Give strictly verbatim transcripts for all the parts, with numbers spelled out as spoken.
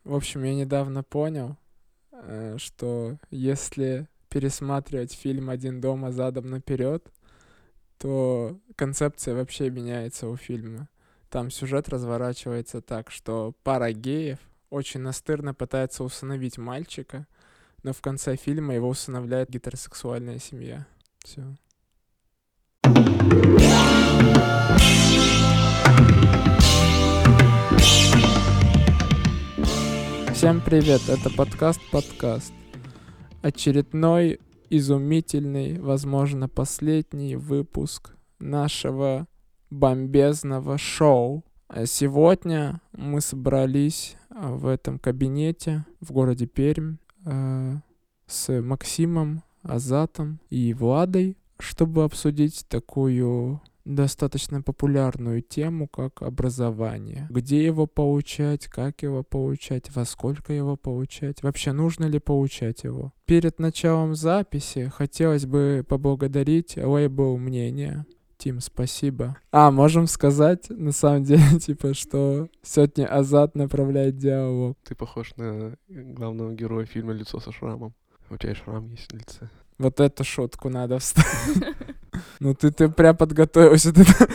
В общем, я недавно понял, э, что если пересматривать фильм «Один дома» задом наперед, то концепция вообще меняется у фильма. Там сюжет разворачивается так, что пара геев очень настырно пытается усыновить мальчика, но в конце фильма его усыновляет гетеросексуальная семья. Все. Всем привет, это подкаст-подкаст. Очередной изумительный, возможно, последний выпуск нашего бомбезного шоу. Сегодня мы собрались в этом кабинете в городе Пермь э, с Максимом, Азатом и Владой, чтобы обсудить такую достаточно популярную тему, как образование. Где его получать, как его получать, во сколько его получать, вообще нужно ли получать его. Перед началом записи хотелось бы поблагодарить лейбл «Мнение». Тим, спасибо. А, можем сказать, на самом деле, типа, что сегодня Азат направляет диалог. Ты похож на главного героя фильма «Лицо со шрамом». У тебя и шрам есть на лице. Вот эту шутку надо вставить. Ну ты ты прям подготовился.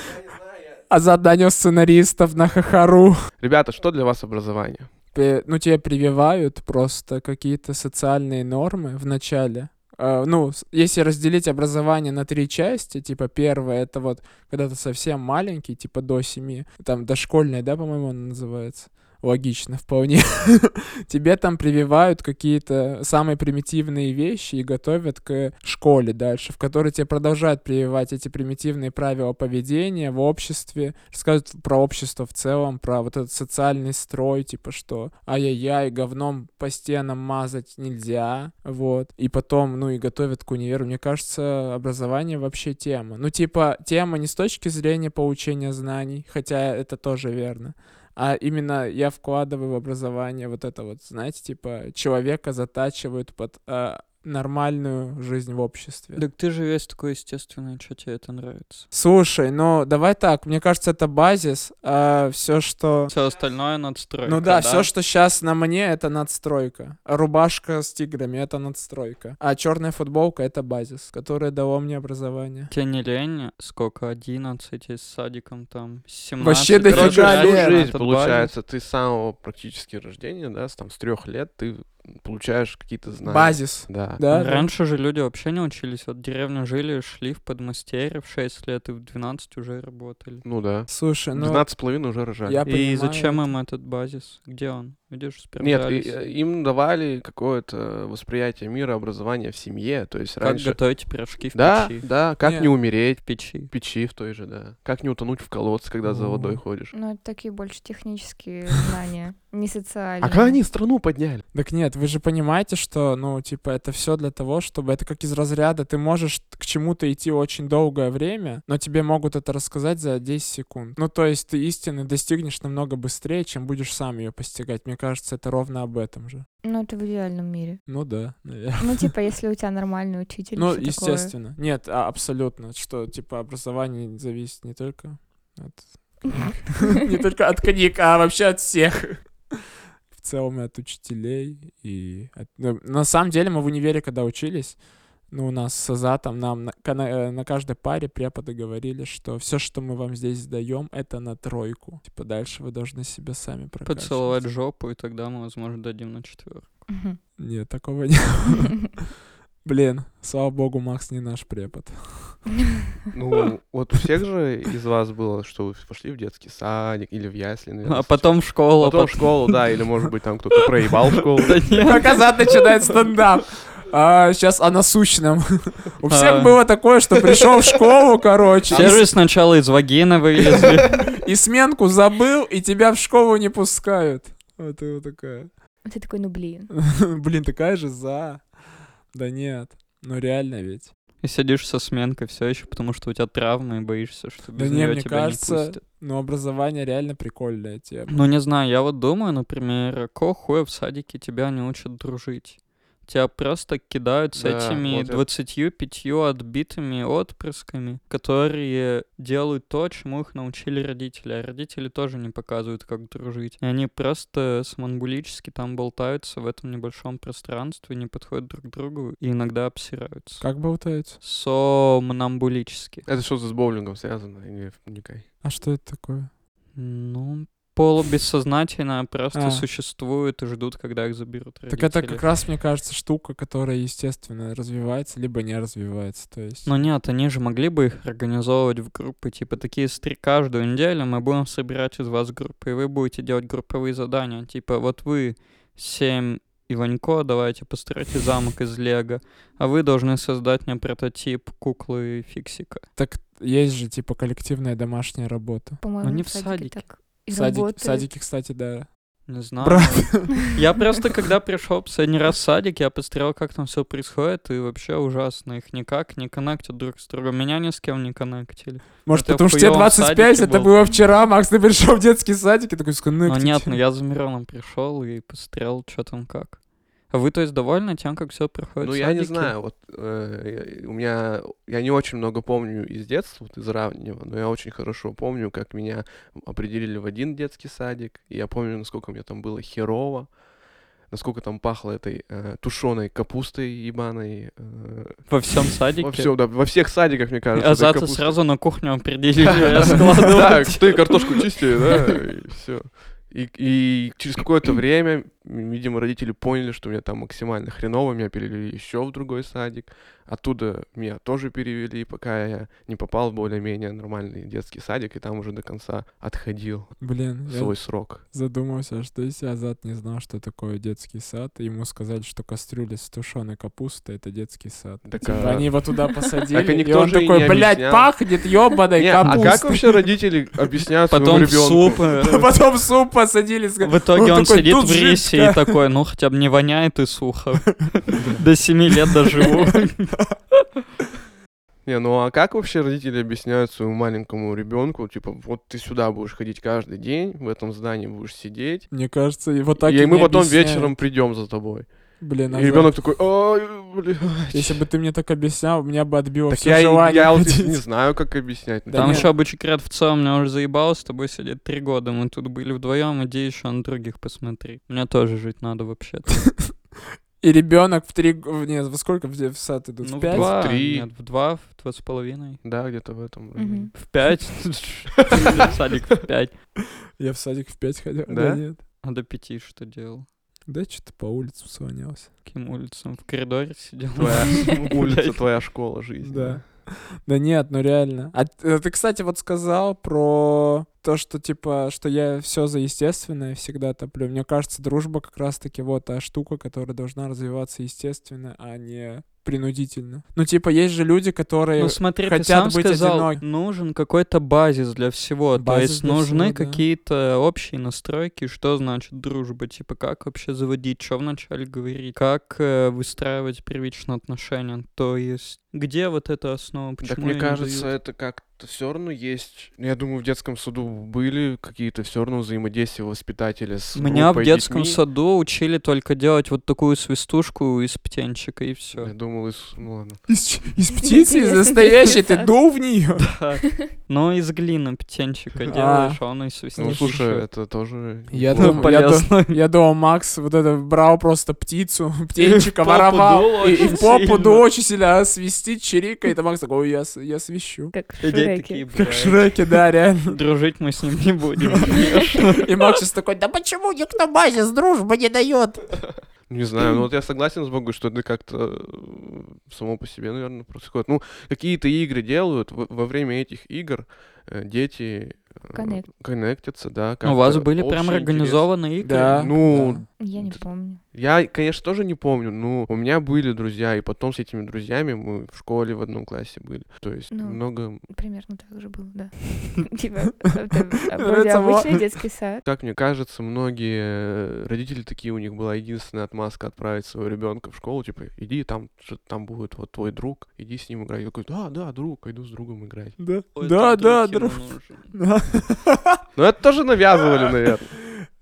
Азат нанес сценаристов на хахару. Ребята, что для вас образование? Ну тебе прививают просто какие-то социальные нормы в начале. Uh, ну, если разделить образование на три части, типа, первое, это вот, когда ты совсем маленький, типа, до семи, там, дошкольное, да, по-моему, оно называется? Логично, вполне. Тебе там прививают какие-то самые примитивные вещи и готовят к школе дальше, в которой тебе продолжают прививать эти примитивные правила поведения в обществе, рассказывают про общество в целом, про вот этот социальный строй, типа что ай-яй-яй, говном по стенам мазать нельзя, вот. И потом, ну и готовят к универу. Мне кажется, образование вообще тема. Ну типа тема не с точки зрения получения знаний, хотя это тоже верно, а именно я вкладываю в образование вот это вот, знаете, типа человека затачивают под э, нормальную жизнь в обществе. Так ты же весь такой естественный, что тебе это нравится? Слушай, ну давай так, мне кажется, это базис, а все, что... Все остальное надстройка, Ну да, да? все, что сейчас на мне, это надстройка. Рубашка с тиграми — это надстройка. А черная футболка — это базис, которое дало мне образование. Тебе не лень? Сколько? одиннадцать, и с садиком там семнадцать? Вообще дофига Короче, лет. всю Лера, жизнь, этот получается, ты с самого практически рождения, да, с, там, с трех лет ты получаешь какие-то знания. Базис. Да. Да, да. Раньше же люди вообще не учились. Вот в деревне жили, шли в подмастерье в шесть лет и в двенадцать уже работали. Ну да. Слушай, ну... двенадцать с половиной уже рожали. Я И понимаю зачем это. им этот базис? Где он? Видишь, Нет, и- справлялись. им давали какое-то восприятие мира, образование в семье. То есть Как раньше... готовить пирожки в Да, печи? да, как Не. не умереть В печи. в печи в той же, да. Как не утонуть в колодце, когда за О. водой ходишь. Ну, это такие больше технические знания, не социальные. А как они страну подняли? Так нет, вы же понимаете, что, ну, типа, это все для того, чтобы это как из разряда, ты можешь к чему-то идти очень долгое время, но тебе могут это рассказать за десять секунд. Ну, то есть ты истины достигнешь намного быстрее, чем будешь сам ее постигать. Мне кажется, это ровно об этом же. Ну, это в идеальном мире. Ну да, наверное. Ну, типа, если у тебя нормальный учитель. Ну, всё такое. естественно. Нет, а, абсолютно. Что, типа, образование зависит не только от книг. Не только от книг, а вообще от всех. В целом и от учителей. И от- ну, на самом деле мы в универе, когда учились, ну, у нас с Азатом, нам на, ка- э, на каждой паре преподы говорили, что все, что мы вам здесь сдаем, это на тройку. Типа дальше вы должны себя сами прокачивать. Поцеловать жопу, и тогда мы, возможно, дадим на четверку. Мгм. Нет, такого не было. Блин, слава богу, Макс не наш препод. Ну, вот у всех же из вас было, что вы пошли в детский садик или в ясли, наверное. А потом в школу. Потом в школу, да, или, может быть, там кто-то проебал в школу. Да нет. Как Азат начинает стендап. А, сейчас о насущном. У всех А. было такое, что пришел в школу, короче, Все и же сначала из вагины вылезли. И сменку забыл, и тебя в школу не пускают. Вот и вот такая. Ты такой, ну, блин. Блин, такая же за. Да нет. Ну реально ведь. И сидишь со сменкой все еще, потому что у тебя травма, и боишься, что Да без не, нее мне тебя не кажется, пустят. ну образование реально прикольная тема. Ну, не знаю, я вот думаю, например, какого хуя в садике тебя не учат дружить? Тебя просто кидают с Да, этими вот я- двадцатью пятью отбитыми отпрысками, которые делают то, чему их научили родители. А родители тоже не показывают, как дружить. И они просто сманбулически там болтаются в этом небольшом пространстве, не подходят друг к другу и иногда обсираются. Как болтаются? Сомнамбулически. Это что-то с боулингом связано? Не вникай. А что это такое? Ну, полубессознательно просто А. существуют и ждут, когда их заберут родители. Так это как раз, мне кажется, штука, которая, естественно, развивается, либо не развивается. То есть... Но нет, они же могли бы их организовывать в группы, типа такие стри каждую неделю мы будем собирать из вас группы, и вы будете делать групповые задания. Типа вот вы семь Иванько, давайте постройте замок из Лего, а вы должны создать мне прототип куклы Фиксика. Так есть же, типа, коллективная домашняя работа. По-моему, не в в садике садике. так и В садике, в работает. садике, кстати, да. Не знаю. Брат. Я просто, когда пришел последний раз в садик, я посмотрел, как там все происходит, и вообще ужасно. Их никак не коннектят друг с другом. Меня ни с кем не коннектили. Может, я потому в что тебе хуёвом двадцать пять, садике это был. было вчера, Макс, ты пришел в детский садик и такой, Ну сконнектите. нет, ну я за Мироном пришел и посмотрел, что там как. А вы, то есть, довольны тем, как все проходит Ну, в я не садике? знаю, вот э, я- у меня, я не очень много помню из детства, вот из раннего, но я очень хорошо помню, как меня определили в один детский садик, и я помню, насколько мне там было херово, насколько там пахло этой э, тушеной капустой ебаной. Э, Во всем садике? во, всем, да, во всех садиках, мне кажется. А этой Зата капустой. сразу на кухню определили, Да, раскладывать. ты картошку чисти, да, и все. И, и через какое-то время, м, видимо, родители поняли, что мне там максимально хреново, меня перевели еще в другой садик. Оттуда меня тоже перевели, пока я не попал в более-менее нормальный детский садик, и там уже до конца отходил Блин, я свой срок. задумался, что если Азат не знал, что такое детский сад, и ему сказали, что кастрюля с тушеной капустой — это детский сад. Так, Типа, а- они его туда посадили, Так и и никто он же и такой, не блядь, объяснял. пахнет ёбаной Не, а капустой. как вообще родители объясняют своему Потом в ребенку? суп. Потом суп посадили. ск- В итоге он такой, сидит «Тут в рисе и жидко». такой, ну хотя бы не воняет и сухо. До семи лет доживу. Не, ну а как вообще родители объясняют своему маленькому ребенку, типа, вот ты сюда будешь ходить каждый день, в этом здании будешь сидеть, Мне кажется, и вот так и и мы не потом объясняют. вечером придем за тобой. Блин, И Азат, ребенок такой, ой, блядь. если бы ты мне так объяснял, у меня бы отбило Так все я, и- желание я вот ходить. не знаю, как объяснять. Да Там нет. еще обучекрет в целом меня уже заебал с тобой сидеть три года. Мы тут были вдвоем, иди еще на других посмотри. Мне тоже жить надо вообще-то. И ребенок в три... г- Нет, во сколько в, де- в сад идут? Ну, в в пять? два, три. нет, в два, в два с половиной. Да, где-то в этом. Мгм. районе. В пять. Садик в пять. Я в садик в пять ходил. Да? Да нет. А до пяти что делал? Да, что-то по улицам слонялся. Каким улицам? В коридоре сидел? Твоя улица, Блядь. твоя школа жизни. Да. Да нет, ну реально. А т- ты, кстати, вот сказал про то, что типа, что я все за естественное всегда топлю. Мне кажется, дружба как раз-таки вот та штука, которая должна развиваться естественно, а не принудительно. Ну, типа, есть же люди, которые... Ну смотри, ты хотят сам быть сказал, одиноки. нужен какой-то базис для всего. То Базис есть для нужны всего, да. какие-то общие настройки, что значит дружба, типа как вообще заводить, что вначале говорить, как э, выстраивать первичные отношения. То есть где вот эта основа, почему Так мне её не кажется, дают? это как-то все равно есть. Я думаю, в детском саду были какие-то все равно взаимодействия воспитателя с Меня в группой детском детьми. саду учили только делать вот такую свистушку из птенчика, и все. Я думал, из... ну ладно. Из, из птицы, из настоящей, ты дул в нее. Но из глины птенчика А. делаешь, а он и свистит. Ну, слушай, это тоже... Я неплохо. думаю, я, полезно. дум- я думал, Макс вот это брал просто птицу, птенчика попу воровал, дул и, и в очень попу сильно. дул очень сильно, а свистит, чирикает, а Макс такой, ой, я, с- я свищу. Как в Идеи такие Шреке. Как бывают. Шреки, да, реально. Дружить мы с ним не будем, конечно. И Макс сейчас такой, да почему никто базис дружбы не дает? Не знаю, ну вот я согласен с Богой, что это как-то э, само по себе, наверное, происходит. Ну, какие-то игры делают, во, во время этих игр э, дети э, Коннект. коннектятся, да. У вас как-то были прям общий организованные игры? Да. Ну, Я не Д- помню. я, конечно, тоже не помню, но у меня были друзья, и потом с этими друзьями мы в школе в одном классе были. То есть Ну. много... Примерно так же было, да. Типа, это вроде Нравится мо- обычный детский сад. Как мне кажется, многие э, родители такие, у них была единственная отмазка отправить своего ребенка в школу, типа, иди, там что-то там будет вот твой друг, иди с ним играй. Я такой, да, да, друг, пойду с другом играть. Да, Ой, да, тут да, друг друг. ему нужен. Да. Ну, это тоже навязывали, наверное.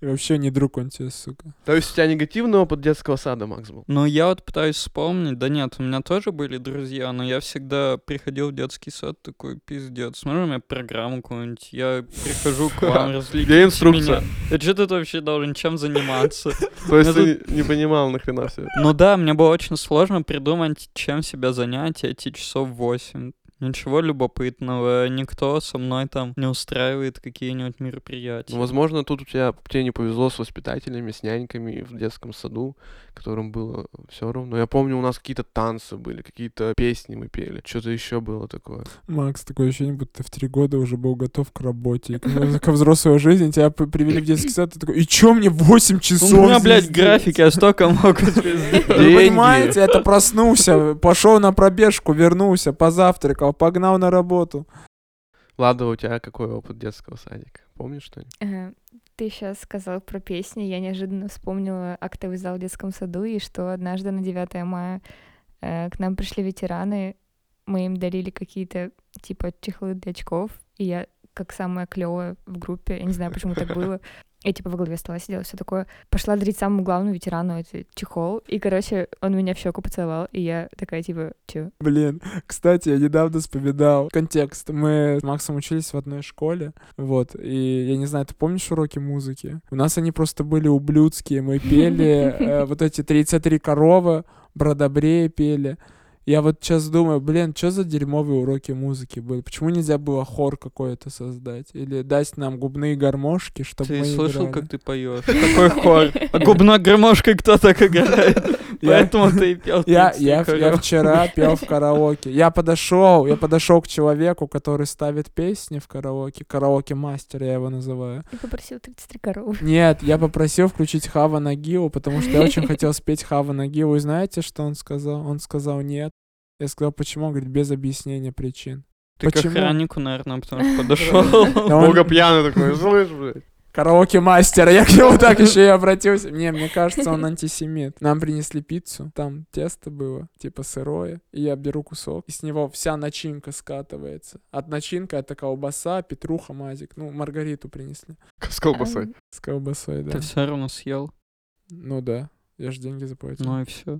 И вообще не друг он тебе, сука. То есть у тебя негативный опыт детского сада, Макс, был? Ну, я вот пытаюсь вспомнить. Да нет, у меня тоже были друзья, но я всегда приходил в детский сад такой, пиздец. Смотрю, у меня программу какую-нибудь, я прихожу к вам, развлеките Где инструкция? меня. А что ты вообще должен чем заниматься? То есть Ну, ты не понимал нахрена все это? Ну да, мне было очень сложно придумать, чем себя занять эти часов восемь. Ничего любопытного, никто со мной там не устраивает какие-нибудь мероприятия. Ну, возможно, тут у тебя тебе не повезло с воспитателями, с няньками в детском саду, которым было все равно. Я помню, у нас какие-то танцы были, какие-то песни мы пели. Что-то еще было такое. Макс, такое ощущение, будто ты в три года уже был готов к работе. И к- ко взрослой жизни тебя п- привели в детский сад, ты такой, и чё мне восемь часов У меня, здесь блядь, делать?» график, я столько могу сделать. Вы Деньги. понимаете, это проснулся, пошел на пробежку, вернулся, позавтракал, погнал на работу. Ладно, у тебя какой опыт детского садика? Помнишь что-нибудь? Э, Ты сейчас сказал про песни, я неожиданно вспомнила актовый зал в детском саду, и что однажды на девятое мая э, к нам пришли ветераны, мы им дарили какие-то типа чехлы для очков, и я, как самая клевая в группе, я не знаю, почему так было, я типа во главе стола сидела, все такое, пошла дарить самому главному ветерану этот чехол, и, короче, он меня в щеку поцеловал, и я такая типа, чё? Блин, кстати, я недавно вспоминал контекст. Мы с Максом учились в одной школе, вот, и я не знаю, ты помнишь уроки музыки? У нас они просто были ублюдские, мы пели э, вот эти тридцать три коровы, Бродобрея пели. Я вот сейчас думаю, блин, что за дерьмовые уроки музыки были? Почему нельзя было хор какой-то создать? Или дать нам губные гармошки, чтобы Ты мы слышал, играли? как ты поешь? Какой хор? А губной гармошкой кто так играет? Я- Поэтому ты и пел Я, тридцать я, коров. я вчера пел в караоке. Я подошел, я подошел к человеку, который ставит песни в караоке. Караоке-мастер, я его называю. И попросил тридцать три коровы. Нет, я попросил включить Хава Нагилу, потому что я очень хотел спеть Хава Нагилу. И знаете, что он сказал? Он сказал нет. Я сказал, почему? Он говорит, без объяснения причин. Ты к Почему? охраннику, наверное, потому что подошел. Да он Бога пьяный такой, слышь, блядь. караоке-мастер, я к нему так еще и обратился. Не, мне кажется, он антисемит. Нам принесли пиццу, там тесто было, типа сырое, и я беру кусок, и с него вся начинка скатывается. От начинка это колбаса, петруха, мазик. Ну, Маргариту принесли. С колбасой. С колбасой, да. Ты все равно съел. Ну да, я же деньги заплатил. Ну и все.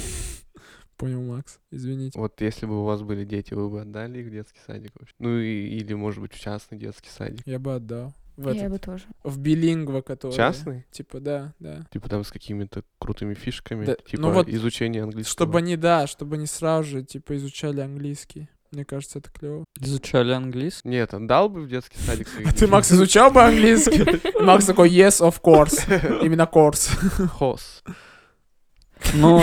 Понял, Макс, извините. Вот если бы у вас были дети, вы бы отдали их в детский садик вообще? Ну и, или, может быть, в частный детский садик? Я бы отдал. В, Я этот, бы тоже. в билингва, который... Частный? Типа, да, да. Типа там с какими-то крутыми фишками, Да, типа ну вот, изучение английского. Чтобы они, да, чтобы они сразу же, типа, изучали английский. Мне кажется, это клево. Изучали английский? Нет, отдал бы в детский садик своих А ты, детей. Макс, изучал бы английский? Макс такой, yes, of course. Именно course. Хос. Ну,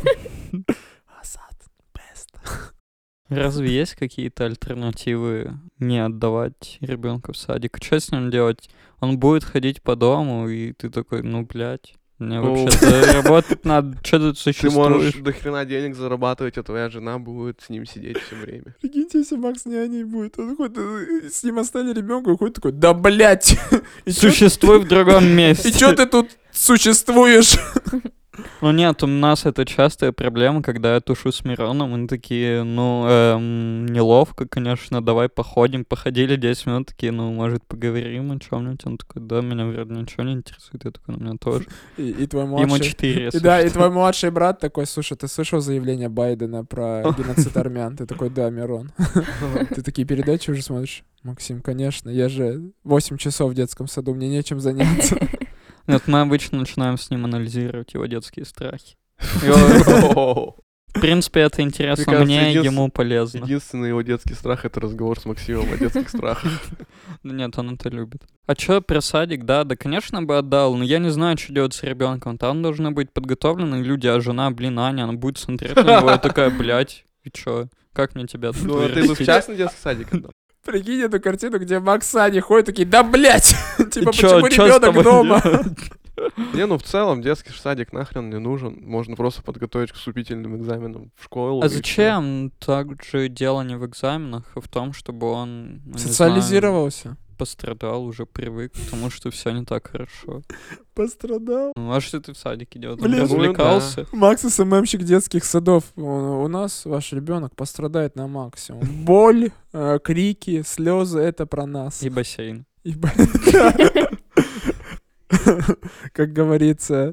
Асад, best. разве есть какие-то альтернативы не отдавать ребенка в садик? Что с ним делать? Он будет ходить по дому, и ты такой, ну, блядь, мне Ну. вообще заработать надо. Что тут Ты существуешь? можешь до хрена денег зарабатывать, а твоя жена будет с ним сидеть все время. Прикиньте, если Макс няней будет. Он ходит, э, с ним оставили ребенка, и ходит такой, да, блядь. И чё- Существуй в другом И месте. чё ты тут существуешь? Ну нет, у нас это частая проблема, когда я тушу с Мироном, мы такие, ну, эм, неловко, конечно, давай походим. Походили десять минут, такие, ну, может, поговорим о чем-нибудь? Он такой, да, меня вроде ничего не интересует. Я такой, ну, меня тоже. И, и твой Ему младший... четыре, И если да, и что. твой младший брат такой, слушай, ты слышал заявление Байдена про геноцид армян? Ты такой, да, Мирон. Ты такие передачи уже смотришь? Максим, конечно, я же восемь часов в детском саду, мне нечем заняться. Нет, мы обычно начинаем с ним анализировать его детские страхи. И он- В принципе, это интересно кажется, мне, единствен- ему полезно. Единственный его детский страх — это разговор с Максимом о детских страхах. Да нет, он это любит. А чё про садик? Да, да, конечно бы отдал, но я не знаю, что делать с ребенком. Там должны быть подготовленные люди, а жена, блин, Аня, она будет смотреть на него и такая, блядь, и чё? Как мне тебя тут Ну, а ты бы в вырастить?» частный детский садик отдал? Прикинь эту картину, где Макс с Аней ходят, такие, да, блядь! Типа, Чё- почему чё с ребенок тобой дома? делать? Не, ну в целом детский садик нахрен не нужен. Можно просто подготовить к вступительным экзаменам в школу. А и всё. зачем? Так же дело не в экзаменах, а в том, чтобы он, ну, не знаю, Социализировался. пострадал, уже привык к тому, что все не так хорошо. Пострадал. Ну, а что ты в садике делал? Блин, Там ну развлекался? Макс СММщик детских садов. У, у нас ваш ребенок пострадает на максимум. Боль, э, крики, слезы — это про нас. И бассейн. И б- Как говорится,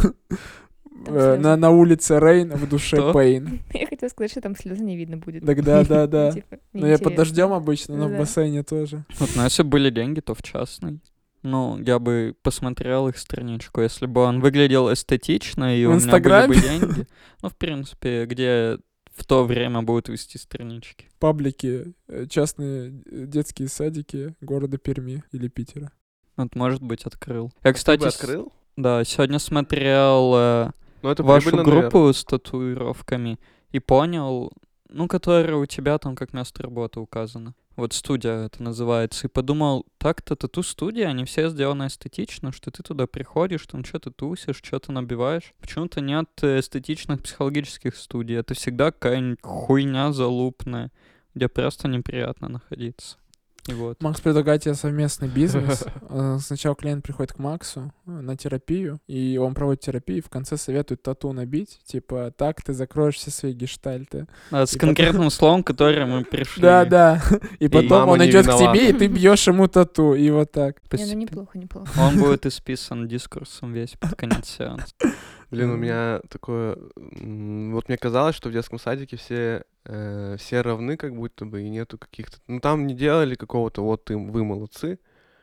Там э, слезы. на, на улице Рейн, в душе Что? Пейн. Я хотела сказать, что там слезы не видно будет. Тогда, да, да. Типа, Но я под неинтересно. дождем обычно, но в Да. бассейне тоже. Вот, ну, если бы были деньги, то в частный. Ну, я бы посмотрел их страничку, если бы он выглядел эстетично, и В у меня были бы Инстаграме? деньги. Ну, в принципе, где в то время будут вести странички. Паблики, э, частные э, детские садики города Перми или Питера. Вот, может быть, открыл. Я, Ты кстати, бы с- открыл? да, сегодня смотрел э, Ну, это вашу прибыльно, наверно. группу с татуировками и понял, ну, которая у тебя там как место работы указано. Вот студия это называется. И подумал, так-то тату-студии, они все сделаны эстетично, что ты туда приходишь, там что-то тусишь, что-то набиваешь. Почему-то нет э, эстетичных психологических студий. Это всегда какая-нибудь хуйня залупная, где просто неприятно находиться. И вот. Макс предлагает тебе совместный бизнес. Э, Сначала клиент приходит к Максу э, на терапию, и он проводит терапию, и в конце советует тату набить. Типа, так ты закроешь все свои гештальты. А, с И потом- конкретным словом, которое мы пришли. Да, да. И потом мама он не идет к виновата. тебе, и ты бьешь ему тату. И вот так. Не, ну Постепенно. неплохо, неплохо. Он будет исписан дискурсом весь под конец сеанса. Блин, у Мгм. меня такое... м, Вот мне казалось, что в детском садике все, э, все равны как будто бы, и нету каких-то... Ну, там не делали какого-то, вот ты, вы молодцы,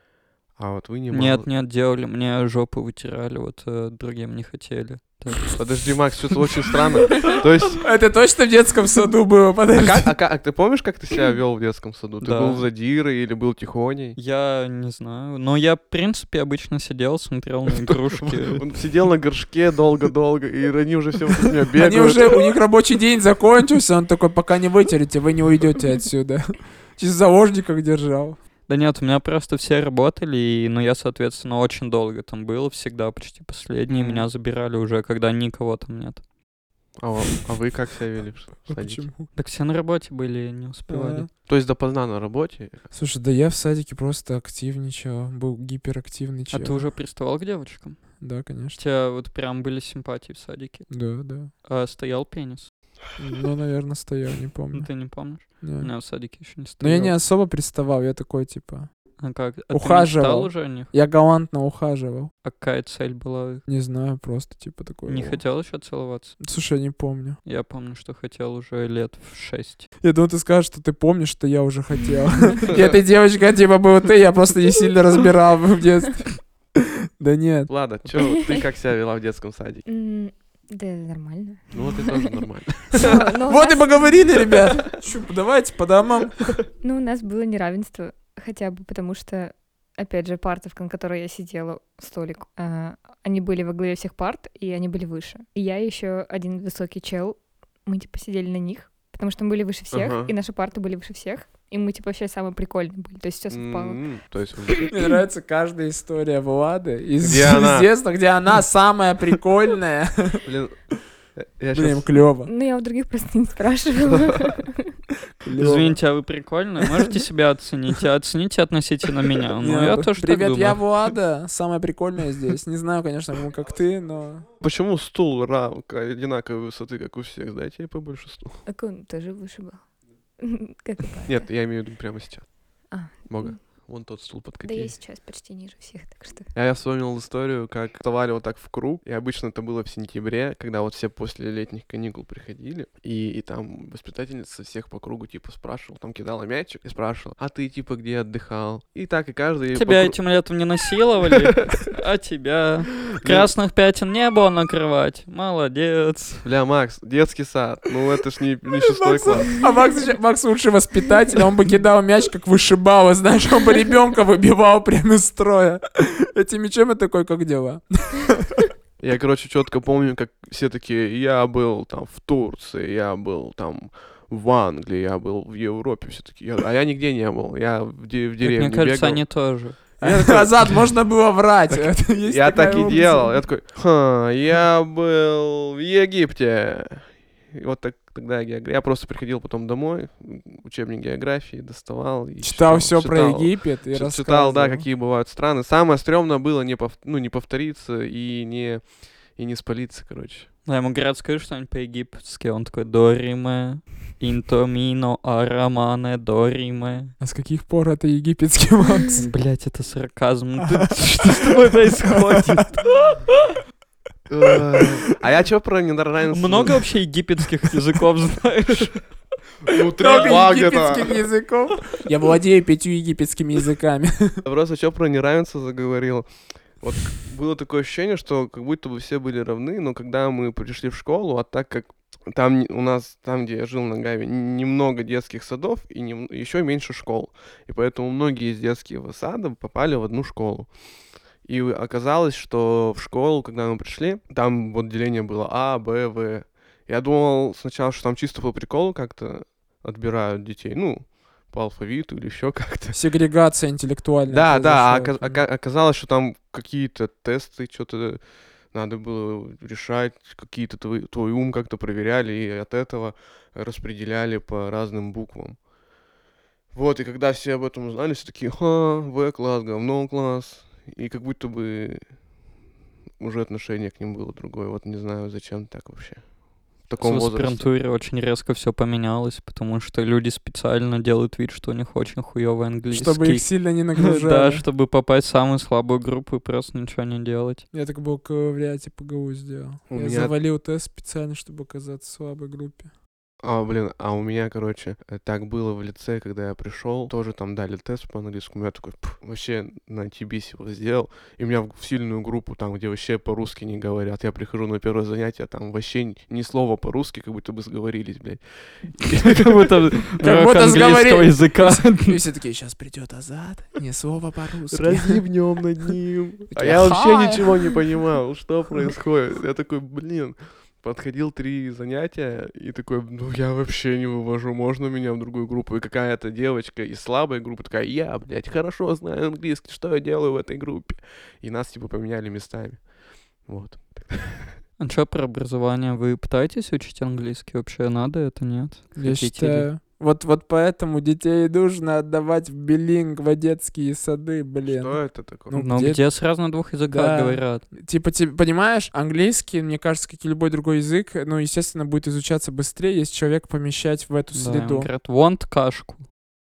а вот вы не Нет, молодцы. нет, делали, мне жопу вытирали, вот э, другим не хотели. Так. Подожди, Макс, что-то очень странно. То есть... Это точно в детском саду было, А, подожди. как, а, как- а ты помнишь, как ты себя вел в детском саду? Ты Да. был задирой или был тихоней? Я не знаю, но я, в принципе, обычно сидел, смотрел на игрушки. Он сидел на горшке долго-долго, и они уже все вокруг меня бегают. Они уже, у них рабочий день закончился, он такой, пока не вытерете, вы не уйдете отсюда. Чисто в заложниках держал. Да нет, у меня просто все работали, и, ну, я, соответственно, очень долго там был, всегда почти последний. Мгм. Меня забирали уже, когда никого там нет. А, вы- а вы как себя вели в А садике? почему? Так все на работе были, не успевали. А. То есть допоздна на работе? Слушай, да я в садике просто активничал, был гиперактивный А чел. ты уже приставал к девочкам? Да, У конечно. тебя вот прям были симпатии в садике? Да, да. А стоял пенис? Ну, наверное, стоял, не Ну, помню. ты не помнишь? Не. У меня в садике еще не Но стоял. я не особо приставал, я такой, типа... А как? А ухаживал. Ты мечтал уже о них? Я галантно ухаживал. А какая цель была? Не знаю, просто типа такой... Не «О». хотел еще целоваться? Слушай, я не помню. Я помню, что хотел уже лет в шесть. Я думал, ты скажешь, что ты помнишь, что я уже хотел. И этой девочкой, типа, был ты, я просто не сильно разбирал в детстве. Да нет. Ладно, чё, ты как себя вела в детском садике? М, Да, нормально. Ну вот и тоже нормально. Но- но у Вот и нас- поговорили, ребят. Чё, давайте по домам. Ну, у нас было неравенство, хотя бы потому что, опять же, парта, на которой я сидела, столик, а, они были во главе всех парт, и они были выше. И я еще один высокий чел, мы, типа, сидели на них, потому что мы были выше всех, Ага. и наши парты были выше всех, и мы, типа, вообще самые прикольные были, то есть все совпало. М, То есть вы- Мне нравится каждая история Влады из, Где она? из детства, где она самая прикольная. блин, я Блин, щас... клево. Ну, я у других просто не спрашивала. Извините, а вы прикольные? Можете себя оценить? А оцените относительно меня. Ну, я тоже так Привет, я думаю. Влада, самая прикольная здесь. Не знаю, конечно, как ты, но... Почему стул рам одинаковой высоты, как у всех? Дайте я побольше стул. Так он тоже выше был. Как и парта. Нет, я имею в виду прямо сейчас. А, Мога. м. Вон тот стул Да я подкатили. сейчас почти ниже всех, так что... А я вспомнил историю, как вставали вот так в круг, и обычно это было в сентябре, когда вот все после летних каникул приходили, и, и там воспитательница всех по кругу типа спрашивала, там кидала мячик и спрашивала, а ты типа где отдыхал? И так и каждый... Тебя по кру- этим летом не насиловали, а тебя красных пятен не было накрывать. Молодец. Бля, Макс, детский сад, ну это ж не, не шестой класс. А Макс, ещё- Макс лучший воспитатель, он бы кидал мяч, как вышибало, знаешь, он бы ребенка выбивал прямо из строя. Этим мячом я такой, как дела? Я, короче, четко помню, как все такие, я был там в Турции, я был там в Англии, я был в Европе, все такие, а я нигде не был, я в, де- в Как деревне мне кажется, бегал. они тоже. Назад можно было врать. Это есть Я такая так и опция. делал. Я такой, «Ха, я был в Египте. И вот так тогда я, геог- я просто приходил потом домой, учебник географии доставал. И Читал все про читал. Египет и Чит- рассказывал. Читал, да, какие бывают страны. Самое стрёмное было не, пов- ну, не повториться и не, и не спалиться, короче. Да, ему говорят, скажи что-нибудь по-египетски. Он такой, дориме, интомино, арамане, дориме. А с каких пор это египетский, Макс? Блять, это сарказм. Ну ты- Что с тобой происходит? А я чё про неравенство? Много вообще египетских языков знаешь? Ну, три Много бага, египетских да. языков. Я владею пятью египетскими языками. Просто чё про неравенство заговорил. Вот было такое ощущение, что как будто бы все были равны, но когда мы пришли в школу, а так как там не- у нас, там, где я жил на Гаве, н- немного детских садов и еще меньше школ. И поэтому многие из детских садов попали в одну школу. И оказалось, что в школу, когда мы пришли, там вот деление было А, Б, В. Я думал сначала, что там чисто по приколу как-то отбирают детей, ну, по алфавиту или еще как-то. Сегрегация интеллектуальная. Да, да, а произошла. ока- ока- оказалось, что там какие-то тесты, что-то надо было решать, какие-то твой, твой ум как-то проверяли, и от этого распределяли по разным буквам. Вот, и когда все об этом узнали, все такие, ха, В-класс, говно-класс. И как будто бы уже отношение к ним было другое. Вот не знаю, зачем так вообще. В В таком возрасте. аспирантуре очень резко все поменялось, потому что люди специально делают вид, что у них очень хуёвый английский. Чтобы их сильно не Да, нагружали. чтобы попасть в самую слабую группу и просто ничего не делать. Я так был в Риате ПГУ сделал. У Я меня- завалил тест специально, чтобы оказаться в слабой группе. А, блин, а у меня, короче, э, так было в лице, когда я пришел, тоже там дали тест по английскому, я такой, «Пф, вообще на ти би эс его сделал, и меня в в сильную группу, там, где вообще по-русски не говорят, я прихожу на первое занятие, там вообще н- ни слова по-русски, как будто бы сговорились, блядь. Как будто Как урок будто английского сговорились. языка. И все такие, сейчас придет Азат, ни слова по-русски. Разъебнем над ним. А Такие, я вообще «Ха!» ничего не понимал, что происходит. Я такой, блин, подходил три занятия и такой, ну я вообще не вывожу, можно меня в другую группу? И какая-то девочка из слабой группы такая, я, блядь, хорошо знаю английский, что я делаю в этой группе? И нас типа поменяли местами. Вот. А что про образование? Вы пытаетесь учить английский? Вообще надо это, нет? Я Хотите ли? считаю. Вот, вот поэтому детей нужно отдавать в билингво детские сады, блин. Что это такое? Ну, Ну, где- где сразу на двух языках Да. говорят. Типа, ты понимаешь, английский, мне кажется, как и любой другой язык, ну, естественно, будет изучаться быстрее, если человека помещать в эту Да, среду. говорят, want кашку.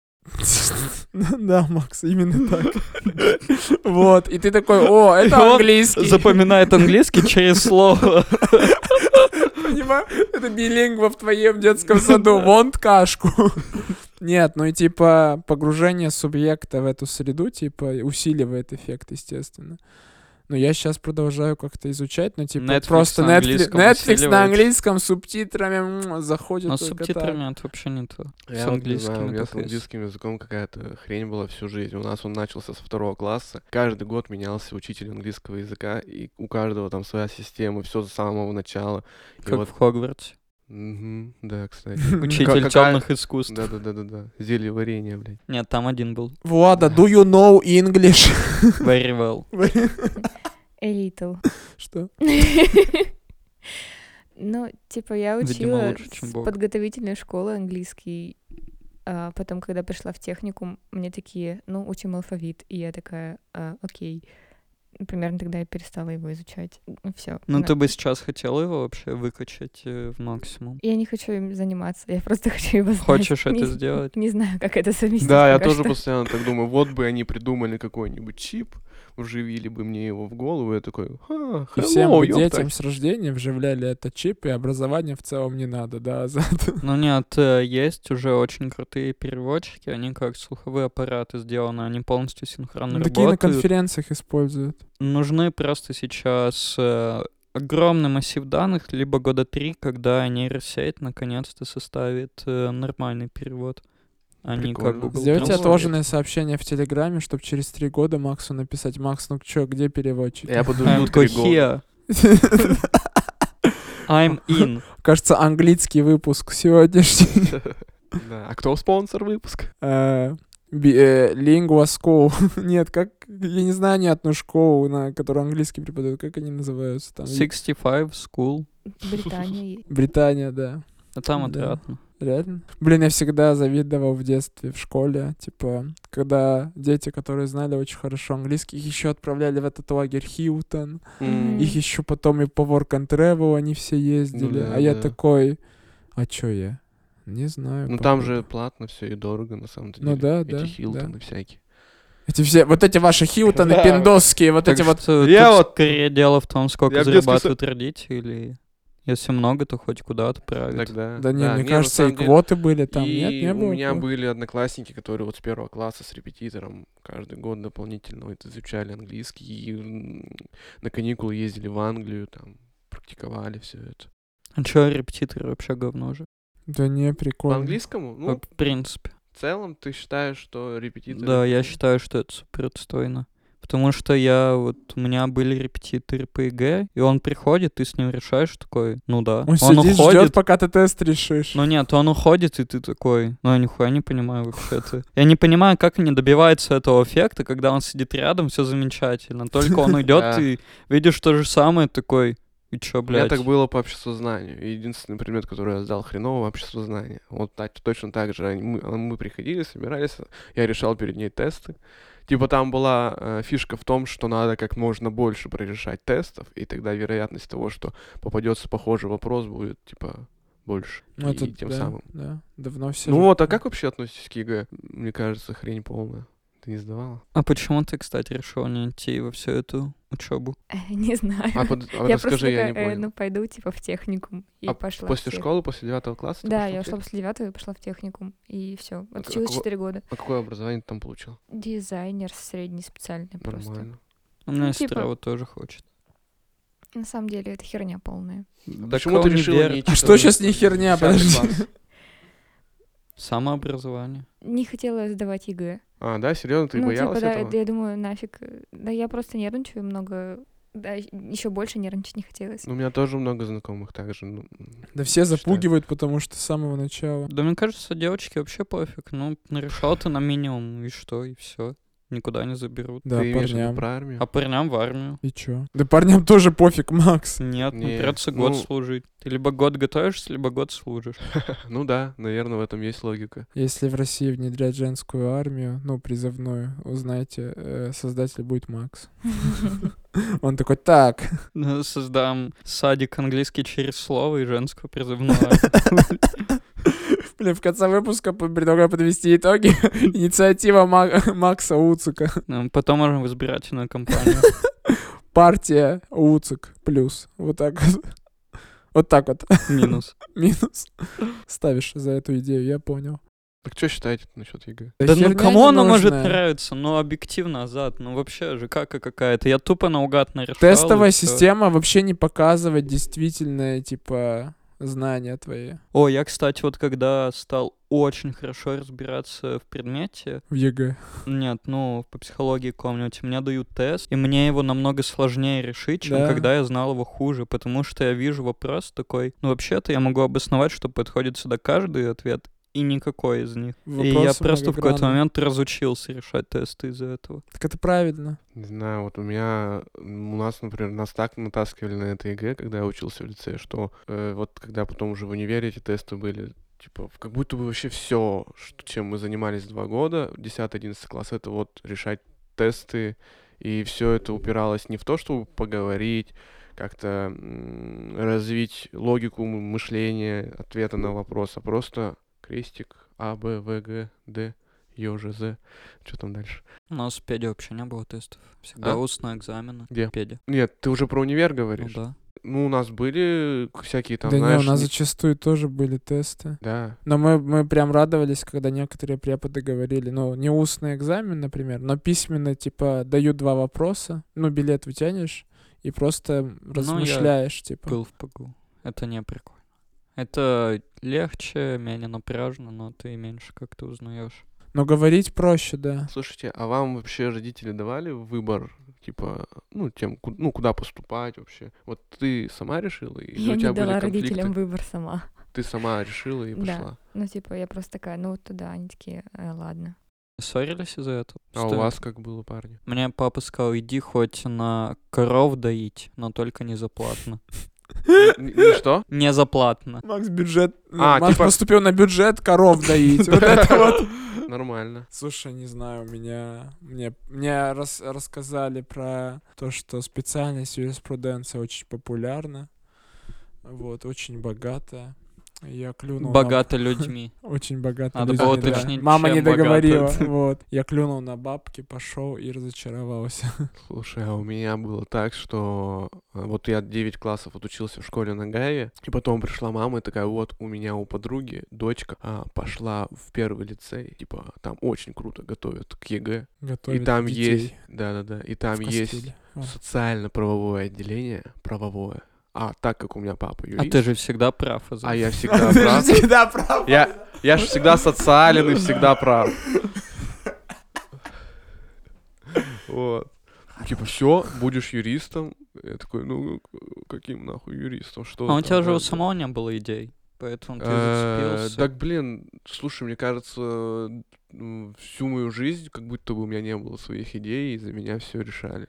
Да, Макс, именно так. Вот, и ты такой, о, И это он английский. Запоминает английский через слово. Понимаешь, это билингва в твоем детском саду, want кашку. Нет, ну и типа погружение субъекта в эту среду, типа, усиливает эффект, естественно. Но я сейчас продолжаю как-то изучать, но типа Netflix просто на Netflix, английском Netflix усиливает. на английском с субтитрами м, заходит Но с только субтитрами это вообще не то. Я С вот не знаю, у английским меня это с английским языком какая-то хрень была всю жизнь. У нас он начался со второго класса. Каждый год менялся учитель английского языка, и у каждого там своя система, все с самого начала. И Как вот, в Хогвартсе. мгм, да, кстати. Учитель какая- темных искусств. Да-да-да-да-да. Зелье варенье, блядь. Нет, там один был. Влада, do you know English? Very well. A little. Что? Ну, типа, я Видимо, учила лучше, чем с Бог. подготовительной школы английский. А потом, когда пришла в техникум, мне такие, ну, учим алфавит. И я такая, «А, окей. Примерно тогда я перестала его изучать. Все. Ну, ты бы сейчас хотела его вообще выкачать э, в максимум? Я не хочу им заниматься, я просто хочу его знать. Хочешь это Не- сделать? Не знаю, как это совместить. Да, я пока тоже что. постоянно так думаю, вот бы они придумали какой-нибудь чип, вживили бы мне его в голову, я такой, ха, И всем hello, бы ёпта». детям с рождения вживляли этот чип, и образование в целом не надо, да, Азат? Ну нет, э, есть уже очень крутые переводчики, они как слуховые аппараты сделаны, они полностью синхронно Ну, такие на работают. конференциях используют. Нужны просто сейчас э, огромный массив данных, либо года три, когда нейросеть наконец-то составит э, нормальный перевод. А не как Прикольно. Google Сделайте Translate. отложенное сообщение в Телеграме, чтобы через три года Максу написать, Макс, ну чё, где переводчик? Я I'm подожду такой, три года. here, I'm in. Кажется, английский выпуск сегодняшний. Да. А кто спонсор выпуска? Э, би- э, Lingua School. Нет, как... Я не знаю ни одну школу, на которую английский преподают. Как они называются там? шестьдесят пять school. Британия. Британия, да. А там Да. отвратно. Реально? Блин, я всегда завидовал в детстве, в школе, типа, когда дети, которые знали очень хорошо английский, их еще отправляли в этот лагерь Хилтон, М. их еще потом и по Work and Travel они все ездили, да, а я да. такой, а чё я? Не знаю. Ну там походу. же платно все и дорого, на самом деле. Ну да, Эти да, Хилтоны да. всякие. Эти все, вот эти ваши Хилтоны Да. пиндосские, вот Так эти вот... что Я тут вот- скорее дело в том, сколько Я в детстве со- зарабатывают родители. Если много, то хоть куда-то правят. Тогда. Да не, мне на кажется, и самом деле. квоты были там, И нет, не было у меня квот? были одноклассники, которые вот с первого класса с репетитором каждый год дополнительно вот изучали английский и м, на каникулы ездили в Англию, там практиковали все это. А чё, репетиторы вообще говно же? Да не, По прикольно. английскому? Ну, В принципе. в целом ты считаешь, что репетиторы... Да, я считаю, что это супер отстойно. Потому что я вот, у меня были репетиторы по ЕГЭ, и он приходит, ты с ним решаешь такой, ну да. Он, сидит, уходит, ждет, пока ты тест решишь. ну нет, он уходит, и ты такой, ну я нихуя не понимаю вообще-то. Я не понимаю, как они добиваются этого эффекта, когда он сидит рядом, все замечательно. Только он уйдет, Да. ты видишь то же самое, такой, и чё, У меня блядь? так было по обществознанию. И единственный предмет, который я сдал хреново, обществознание. Вот так, точно так же. Они- Мы, а мы приходили, собирались, я решал перед ней тесты. Типа там была э, фишка в том, что надо как можно больше прорешать тестов, и тогда вероятность того, что попадется похожий вопрос, будет типа больше. Ну, и это тем да, самым. да, давно все. Ну вот, а как вообще относитесь к ЕГЭ? Мне кажется, хрень полная. Ты не сдавала? А почему ты, кстати, решил не идти во всю эту учебу? Не знаю. А, под- а Я расскажи, просто я не такая, э, понял. ну, пойду, типа, в техникум. И А пошла. в после тех. школы, после девятого класса? ты Да, пошла я в ушла тех? после девятого и пошла в техникум. И все. А Отучилась какого- четыре года. А какое образование ты там получил? Дизайнер средний специальный просто. Нормально. У меня Ну, сестра типа- вот тоже хочет. На самом деле это херня полная. Почему ты решила не идти? А что тогда щас в не херня, десятый подожди? класс? Самообразование. Не хотела сдавать ЕГЭ. А, да, серьезно, ты ну, боялась типа, да, этого? я думаю, нафиг. э, Да я просто нервничаю много. Да, еще больше нервничать не хотелось. Ну, у меня тоже много знакомых также. Ну, Да все Что? запугивают, потому что с самого начала. Да мне кажется, девочке вообще пофиг. Ну, нарешал ты на минимум, и что, и все. Никуда не заберут. Да, ты имеешь в виду парням. про армию? А парням в армию. И чё? Да парням тоже пофиг, Макс. Нет, Не, не, придется год ну- служить. Ты либо год готовишься, либо год служишь. Ну да, наверное, в этом есть логика. Если в России внедрять женскую армию, ну, призывную, узнаете, э, создатель будет Макс. Он такой, так, Ну, создам садик английский через слово и женскую призывную. блин, в конце выпуска п- предлагаю подвести итоги. Инициатива Ма- Макса Уцика. Ну, Потом можем в избирательную кампанию. Партия Уцик плюс. Вот так вот. Вот так вот. Минус. Минус. Ставишь за эту идею, я понял. Так что считаете насчет ЕГЭ? Да ну херня кому она может ненужная. нравиться? Ну объективно, Азат, ну вообще же кака какая-то. Я тупо наугад нарешал. Тестовая и всё. система вообще не показывает действительное, типа, знания твои О, я, кстати, вот когда стал очень хорошо разбираться в предмете, в ЕГЭ. нет, ну, по психологии каком-нибудь, мне дают тест, и мне его намного сложнее решить, чем Да. когда я знал его хуже, потому что я вижу вопрос такой, ну, вообще-то я могу обосновать, что подходит сюда каждый ответ, и никакой из них. и я Вопросы просто в какой-то многогранные. момент разучился решать тесты из-за этого. Так это правильно. Не знаю, вот у меня, м, у нас, например, нас так натаскивали на это ЕГЭ, когда я учился в лицее, что э, вот когда потом уже в универе эти тесты были, типа, в- как будто бы вообще все, чем мы занимались два года, десятый-одиннадцатый класс, это вот решать тесты, и все это упиралось не в то, чтобы поговорить, как-то м, развить логику м- мышления, ответа на вопрос, а просто крестик, А, Б, В, Г, Д, Ё, Ж, З, что там дальше? У нас в педе вообще не было тестов. Всегда А? устные экзамены. Где? В педе. Нет, ты уже про универ Ну говоришь? да. Ну, у нас были всякие там, да знаешь... не, у нас не- зачастую тоже были тесты. Да. Но мы, мы прям радовались, когда некоторые преподы говорили, ну, не устный экзамен, например, но письменно, типа, дают два вопроса, ну, билет вытянешь и просто размышляешь, типа. Был в ПГУ. Это не прикольно. Это легче, менее напряжно, но ты меньше как-то узнаешь. Но говорить проще, да. Слушайте, а вам вообще родители давали выбор, типа, ну, тем, ку- ну, куда поступать вообще? Вот ты сама решила? Или Я у не тебя были дала конфликты? родителям выбор сама. Ты сама решила и Да. пошла? Ну, типа, я просто такая, ну, вот туда. Они такие, «Э, ладно. Ссорились из-за этого? А у Что- вас как было, парни? Мне папа сказал, иди хоть на коров доить, но только не заплатно. Н- н- Что? Незаплатно. Макс бюджет... А, Макс типа- поступил на бюджет коров доить. Вот это вот. Нормально. Слушай, не знаю, меня... Мне, мне рас- рассказали про то, что специальность юриспруденция очень популярна. Вот, очень богатая. Я клюнул на- Богато людьми. Очень богато. Надо людьми, было да. уточнить, Мама чем не богато договорила. это. Вот. Я клюнул на бабки, пошел и разочаровался. Слушай, а у меня было так, что а, вот я девять классов отучился в школе на Гаеве, и потом пришла мама и такая, вот у меня у подруги дочка а, пошла в первый лицей, типа там очень круто готовят к ЕГЭ, и Готовить там детей есть, да-да-да, и там в есть кастрюле. Вот. социально-правовое отделение, правовое. А так как у меня папа А юрист, ты же всегда прав. Азат. а я всегда прав, Всегда прав. я, я же всегда социален и всегда прав. Вот. Типа, все, будешь юристом. Я такой, ну, каким нахуй юристом? Что А у там тебя же у надо? самого не было идей, поэтому ты Э, зацепился. Так, блин, слушай, мне кажется, м, всю мою жизнь, как будто бы у меня не было своих идей, и за меня все решали.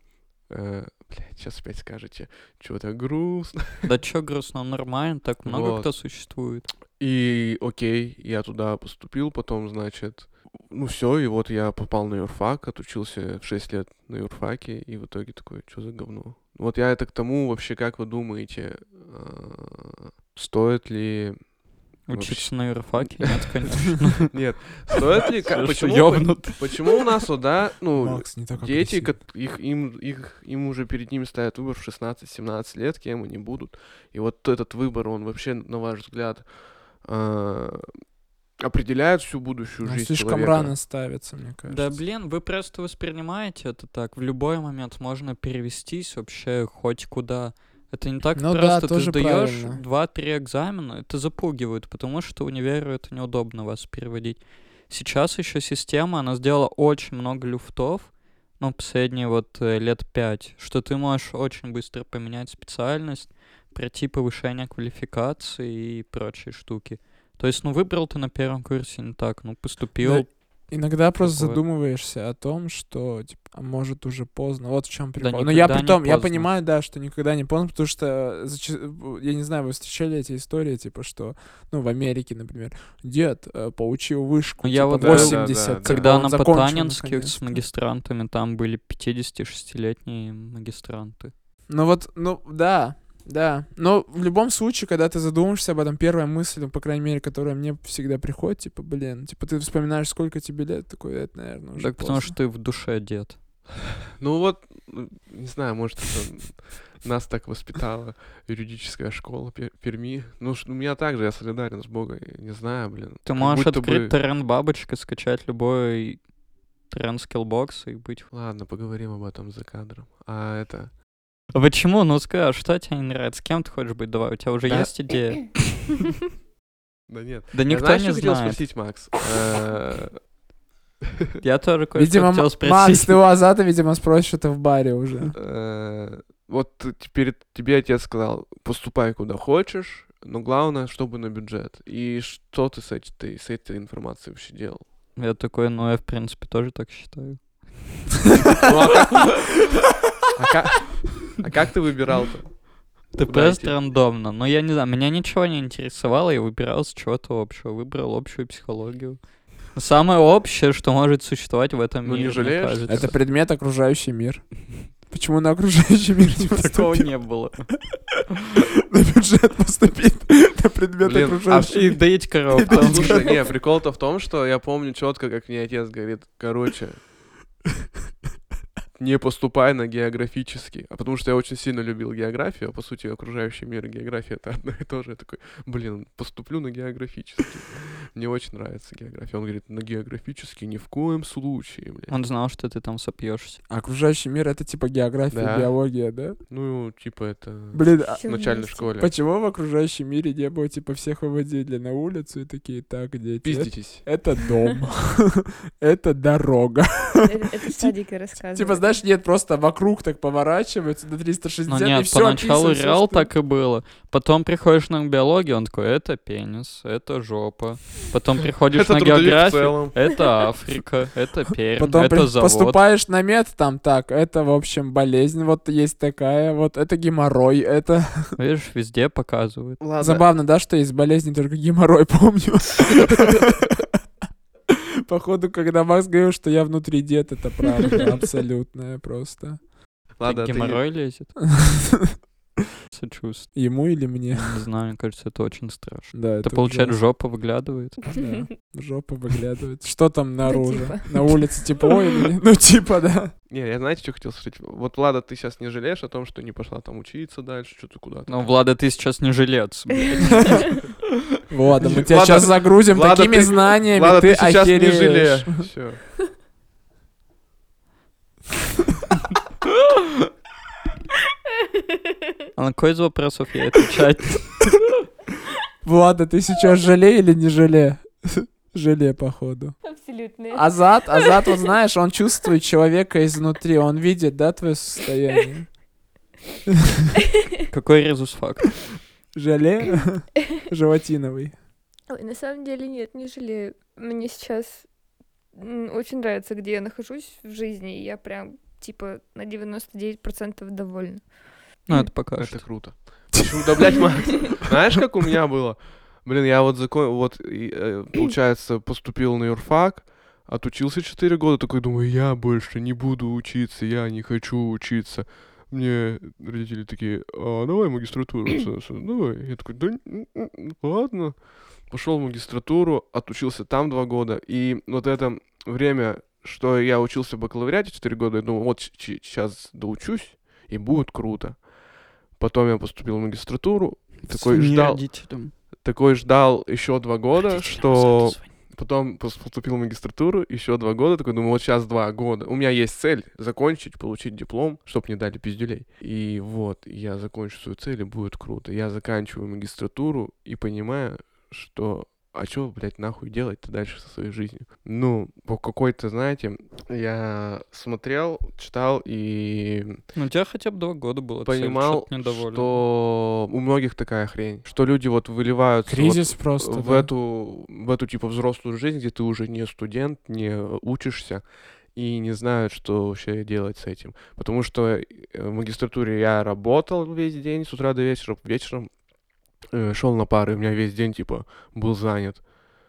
Э, Блядь, сейчас опять скажете, что так грустно. Да чё грустно, нормально, так много Вот. кто существует. И окей, я туда поступил, потом, значит, ну все, и вот я попал на юрфак, отучился в шесть лет на юрфаке, и в итоге такой, что за говно? Вот я это к тому, вообще, как вы думаете, а, стоит ли... Учиться на юрфаке? Нет, конечно. Нет, стоит ли... как- Что, Почему, ёбнут? почему у нас, вот, да, ну, Макс, не так дети, агрессивно. кот- их, им, их, им уже перед ними ставят выбор в шестнадцать-семнадцать лет, кем они будут. И вот этот выбор, он вообще, на ваш взгляд, а, определяет всю будущую Ну, жизнь слишком человека? рано ставится, мне кажется. Да блин, вы просто воспринимаете это так. В любой момент можно перевестись вообще хоть куда. Это не так Ну да, просто. Ты тоже сдаешь правильно. два-три экзамена, это запугивает, потому что универу это неудобно вас переводить. Сейчас еще система, она сделала очень много люфтов, ну, последние вот э, лет пять, что ты можешь очень быстро поменять специальность, пройти повышение квалификации и прочие штуки. То есть, ну, выбрал ты на первом курсе не так, ну, поступил. Да, иногда просто такое. задумываешься о том, что, типа, а может уже поздно. Вот в чем Да прикол. Но я никогда при не том, я поздно. понимаю, да, что никогда не поздно, потому что, зача- я не знаю, вы встречали эти истории, типа, что, ну, в Америке, например, дед э, поучил вышку, Ну, я типа, вот, да, да, восемьдесят, да, да. типа, Когда он на закончил Потанинских с наконец-то. магистрантами там были пятидесятишестилетние магистранты. Ну вот, ну да, да. Но в любом случае, когда ты задумаешься об этом, первая мысль, ну, по крайней мере, которая мне всегда приходит, типа, блин, типа ты вспоминаешь, сколько тебе лет, такой, это, наверное, уже Так потому поздно. что ты в душе дед. Ну вот, ну, не знаю, может, это нас так воспитала юридическая школа Пе- Перми. Ну, ш- у меня также, я солидарен с Богом, не знаю, блин. Ты Как можешь будто открыть бы- торрент бабочка, скачать любой торрент скиллбокс и быть... Ладно, поговорим об этом за кадром. А это... А почему? Ну скажи, что тебе не нравится? Кем ты хочешь быть? Давай, у тебя уже Да. есть идея? Да нет. Да Я никто знаешь, не что хотел знает. спросить, Макс? Э, Я тоже кое-что Видимо, хотел М- спросить. Макс, ты у Азата, видимо, спросишь это в баре уже. э, Вот теперь тебе отец сказал, поступай куда хочешь, но главное, чтобы на бюджет. И что ты с этой, с этой информацией вообще делал? Я такой, ну я в принципе тоже так считаю. Ну, а как- а как- а как ты выбирал-то? Ты Куда просто идти? рандомно. Но я не знаю, меня ничего не интересовало, я выбирал с чего-то общего. Выбрал общую психологию. Самое общее, что может существовать в этом Ну, не мире, мне жалеешь? кажется. Это предмет окружающий мир. Почему на окружающий мир не Такого поступил? не было. На бюджет поступит на предмет Блин, а окружающий И мир. доить коров. И там. доить Слушай, не, прикол-то в том, что я помню четко, как мне отец говорит, короче, не поступай на географический. А потому что я очень сильно любил географию, а по сути окружающий мир и география это одно и то же. Я такой, блин, поступлю на географический. Мне очень нравится география. Он говорит, на географический ни в коем случае, блядь. Он знал, что ты там сопьешься. А окружающий мир — это типа география, Да. биология, да? Ну, типа это Блин, а в начальной школе. почему в окружающем мире не было, типа, всех выводили на улицу и такие, так, дети, Пиздитесь. это дом, это дорога. Это это садики рассказывают. Типа, знаешь, нет, просто вокруг так поворачиваются до триста Ну шестьдесят, и нет, все поначалу реал так. так и было. Потом приходишь на биологию, он такой, это пенис, это жопа, Потом приходишь Это на трудовик в географию, целом. это Африка, это Пермь, Потом это при- завод. поступаешь на мед, там так, это, в общем, болезнь вот есть такая, вот это геморрой, это... Видишь, везде показывают. Ладно. Забавно, да, что из болезни только геморрой помню. Походу, когда Макс говорил, что я внутри дед, это правда абсолютная просто. Ладно, Так ты- геморрой лезет. Сочувствую. Ему или мне? Не знаю, мне кажется, это очень страшно. Да, Это, получается, ужасно. жопа выглядывает. Да, жопа выглядывает. Что там Ну, наружу? типа. На улице тепло или нет? Ну, типа, да. Не, я знаете, что хотел спросить? Вот, Влада, ты сейчас не жалеешь о том, что не пошла там учиться дальше, что-то куда-то? Но, там? Влада, ты сейчас не жилец. блядь. Ладно, мы тебя Влада, сейчас загрузим Влада, такими ты- знаниями, Влада, ты ты сейчас не охереешь. жалеешь. Всё. А на какой из вопросов я отвечать? Влада, ты сейчас жале или не жале? Жале, походу. Абсолютно. Азат, Азат, вот знаешь, он чувствует человека изнутри, он видит, да, твое состояние. Какой резус-факт? Жале? Животиновый. Ой, на самом деле нет, не жалею. Мне сейчас м, очень нравится, где я нахожусь в жизни, и я прям, типа, на девяносто девять процентов довольна. Ну, это пока Это что. круто. Почему? Да, блядь, Макс, знаешь, как у меня было? Блин, я вот закон... вот, и, э, получается, поступил на юрфак, отучился четыре года, такой думаю, я больше не буду учиться, я не хочу учиться. Мне родители такие, а, давай магистратуру, сын, сын, давай. Я такой, да н- н- н- ладно. Пошел в магистратуру, отучился там два года, и вот это время, что я учился в бакалавриате четыре года, я думал, вот сейчас доучусь, и будет круто. Потом я поступил в магистратуру, такой Звони ждал, родителям. такой ждал еще два года, Родителям что Азата звони. потом пос- поступил в магистратуру, еще два года, такой думаю, вот сейчас два года. У меня есть цель закончить, получить диплом, чтоб не дали пиздюлей. И вот, я закончу свою цель, и будет круто. Я заканчиваю магистратуру и понимаю, что а что, блядь, нахуй делать-то дальше со своей жизнью? Ну, по какой-то, знаете, я смотрел, читал и Ну, у тебя хотя бы два года было. цель, понимал, чё ты недоволен? что у многих такая хрень, что люди вот выливаются вот Кризис просто, в да. эту, в эту типа взрослую жизнь, где ты уже не студент, не учишься и не знают, что вообще делать с этим. Потому что э, в магистратуре я работал весь день с утра до вечера, вечером э, шел на пары, у меня весь день типа был занят.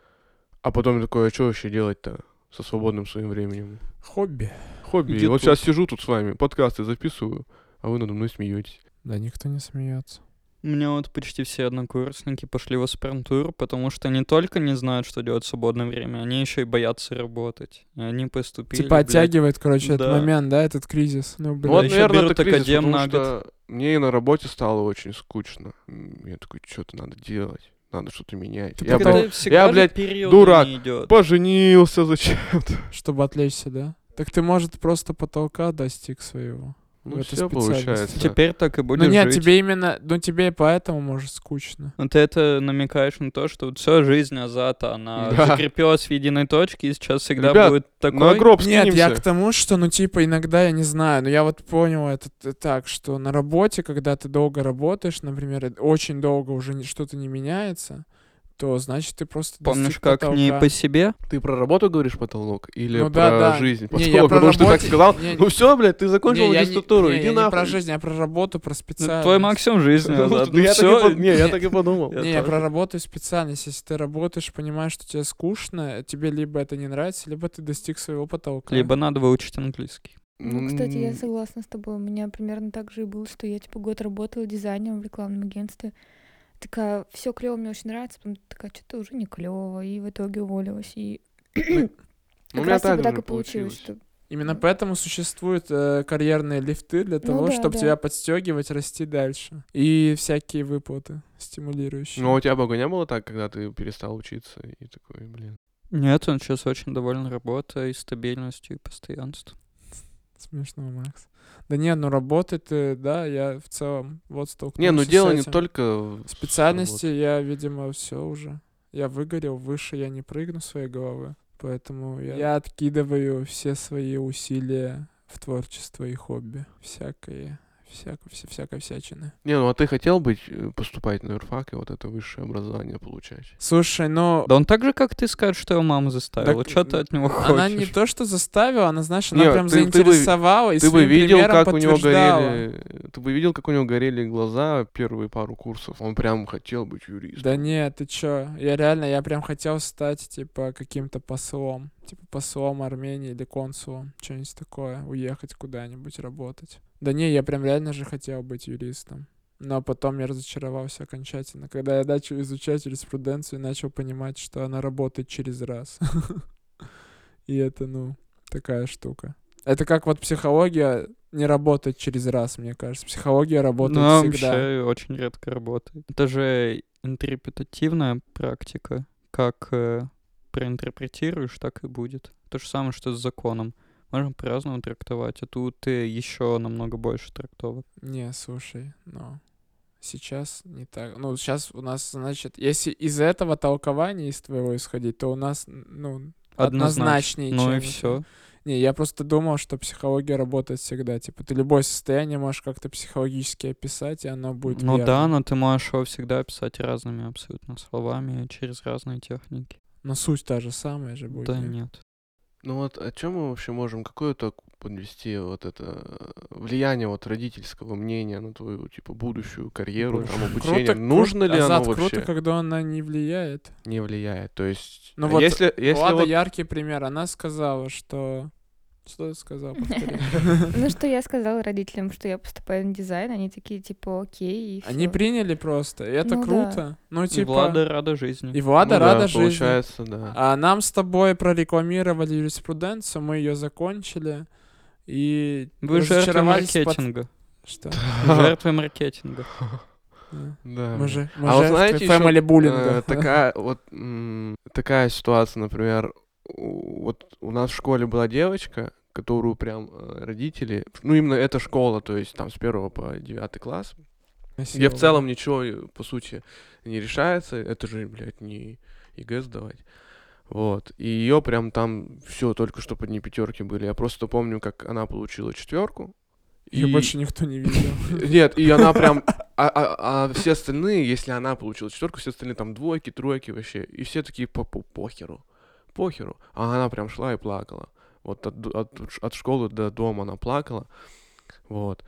А потом я такой, а что вообще делать-то со свободным своим временем? Хобби. Хобби. YouTube. Вот сейчас сижу тут с вами, подкасты записываю, а вы надо мной смеетесь. Да, никто не смеется. У меня вот почти все однокурсники пошли в аспирантуру, потому что не только не знают, что делать в свободное время, они еще и боятся работать. И они поступили, Типа блядь, оттягивает, короче, этот да. момент, да, этот кризис. Ну, Ну блин. вот, ещё наверное, берут это кризис, академ потому на что мне и на работе стало очень скучно. М, Я такой, что-то надо делать, надо что-то менять. Ты Я, Так потом- блядь, это всегда я, же блядь, периодами дурак. идёт. поженился зачем-то. Чтобы отвлечься, да? Так ты, может, просто потолка достиг своего. В Ну этой все специальности. получается. Теперь так и будешь Ну нет, жить. тебе именно, ну тебе и поэтому, может, скучно. Ну, ты это намекаешь на то, что вот вся жизнь Азата, она Да. закрепилась в единой точке, и сейчас всегда Ребят, будет На такой... гроб Нет, я скинемся. к тому, что, ну, типа, иногда, я не знаю, но я вот понял это т- так, что на работе, когда ты долго работаешь, например, и очень долго уже ни- что-то не меняется, то, значит, ты просто Помнишь, достиг как не потолка. по себе? Ты про работу говоришь, потолок? Или Ну про да, да. жизнь? Не, Потолок? я про Потому что ты так работе- сказал, не, ну все, блядь, ты закончил Не, я не- магистратуру, не, иди я не нахуй. про жизнь, а про работу, про Ну, специальность. твой максимум жизни, Ну, Азат. ну, Ну, я так и всё. под- Не, я так и подумал. Я Не, я тоже. про работу и специальность. Если ты работаешь, понимаешь, что тебе скучно, тебе либо это не нравится, либо ты достиг своего потолка. Либо надо выучить английский. Ну, кстати, я М, согласна с тобой. У меня примерно так же и было, что я, типа, год работала дизайнером в рекламном агентстве. Такая, все клево, мне очень нравится. Потом такая, что-то уже не клево. И в итоге уволилась. И Ну, как у меня раз так типа так же и получилось, получилось. что... Именно поэтому существуют э, карьерные лифты для Ну того, да, чтобы да. тебя подстегивать, расти дальше. И всякие выплаты стимулирующие. Ну, а у тебя, Бога, не было так, когда ты перестал учиться и такой, блин. Нет, он сейчас очень доволен работой, стабильностью и постоянством. Смешно, Макс. Да нет, ну работать, э, да, я в целом вот столкнулся Не, ну с дело не этим. только в В специальности я, видимо, все уже. Я выгорел, выше я не прыгну своей головы. Поэтому я, я откидываю все свои усилия в творчество и хобби. Всякое, всяко, вся, всякой всячины. Не, ну а ты хотел быть, э, поступать на юрфак и вот это высшее образование получать? Слушай, ну, Да он так же, как ты скажешь, что его мама заставила. Так, Что ты от него хочешь? она не то что заставила, она, знаешь, она Не, прям ты- ты бы- заинтересовала и Ты бы своим видел, примером как у него подтверждала. горели, ты бы видел, как у него горели глаза первые пару курсов. Он прям хотел быть юристом. Да нет, ты чё? Я реально, я прям хотел стать, типа, каким-то послом. Типа, послом Армении или консулом. Что-нибудь такое. Уехать куда-нибудь работать. Да не, я прям реально же хотел быть юристом. Но потом я разочаровался окончательно. Когда я начал изучать юриспруденцию и начал понимать, что она работает через раз. И это, ну, такая штука. Это как вот психология не работает через раз, мне кажется. Психология работает Ну, всегда. вообще очень редко работает. Это же интерпретативная практика. Как э, проинтерпретируешь, так и будет. То же самое, что с законом. Можно по-разному трактовать, а тут э, еще намного больше трактовок. Не, слушай, ну, сейчас не так. Ну, сейчас у нас, значит, если из этого толкования, из твоего исходить, то у нас, ну, однозначнее, Ну чем и это. все. Не, я просто думал, что психология работает всегда. Типа, ты любое состояние можешь как-то психологически описать, и оно будет Ну верным. да, но ты можешь его всегда писать разными абсолютно словами через разные техники. Но суть та же самая же будет. Да нет? нет. Ну вот о чем мы вообще можем какое-то подвести вот это э, влияние вот родительского мнения на твою типа будущую карьеру, там обучение? Круто, Нужно кру- ли оно Азат, вообще? круто, когда она не влияет. Не влияет. То есть, Ну а вот если, если Влада вот яркий пример. Она сказала, что... Что ты сказал? Повтори. Ну, что я сказала родителям, что я поступаю на дизайн, они такие, типа, окей, и Они всё. приняли просто, и это Ну да. круто. Ну, И типа... Влада рада жизни. И Влада ну да, рада жизни. получается, да. А нам с тобой прорекламировали юриспруденцию, мы ее закончили, и Вы жертвы разочаровались под- маркетинга. Что? Жертвы маркетинга. Да. Да. Мы же мы А вот жертвы знаете, ещё, family буллинга. э, такая вот м, такая ситуация, например, у- вот у нас в школе была девочка, которую прям э, родители, ну именно эта школа, то есть там с первого по девятый класс, где в целом ничего, э, по сути, не решается, это же, блядь, не ЕГЭ сдавать. Вот. И ее прям там все только что под ней пятерки были. Я просто помню, как она получила четверку. Ее и- больше никто не видел. Нет, и она прям... А, а- а все остальные, если она получила четверку, все остальные там двойки, тройки вообще. И все такие по по похеру. Похеру. А она прям шла и плакала. Вот от, д- от, ш- от школы до дома она плакала. Вот.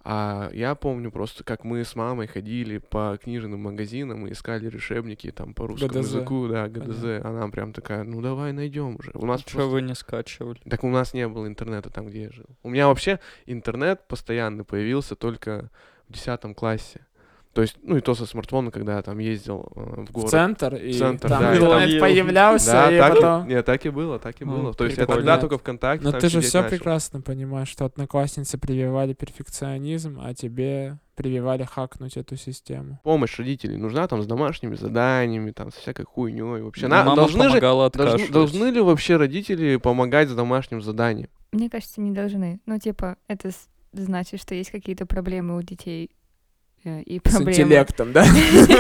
А я помню просто, как мы с мамой ходили по книжным магазинам и искали решебники там по русскому ГДЗ. языку, да, ГДЗ. Она прям такая, ну давай найдем уже. У нас Что просто- вы не скачивали? Так у нас не было интернета там, где я жил. У меня вообще интернет постоянно появился только в десятом классе. То есть, ну и то со смартфона, когда я там ездил э, в В город. центр, и центр, там да, и интернет там- появлялся, Да, и так, потом... и, не, так и было, так и Ну, было. То есть я прикольно. тогда только ВКонтакте Но там ты же сидеть все начал. прекрасно понимаешь, что одноклассницы прививали перфекционизм, а тебе прививали хакнуть эту систему. Помощь родителей нужна там с домашними заданиями, там со всякой хуйней. Вообще, Ну, на- мама должны же помогала должны, откашливать. должны ли вообще родители помогать с домашним заданием? Мне кажется, не должны. Ну, типа, это с- значит, что есть какие-то проблемы у детей э, и С проблемы... интеллектом, да?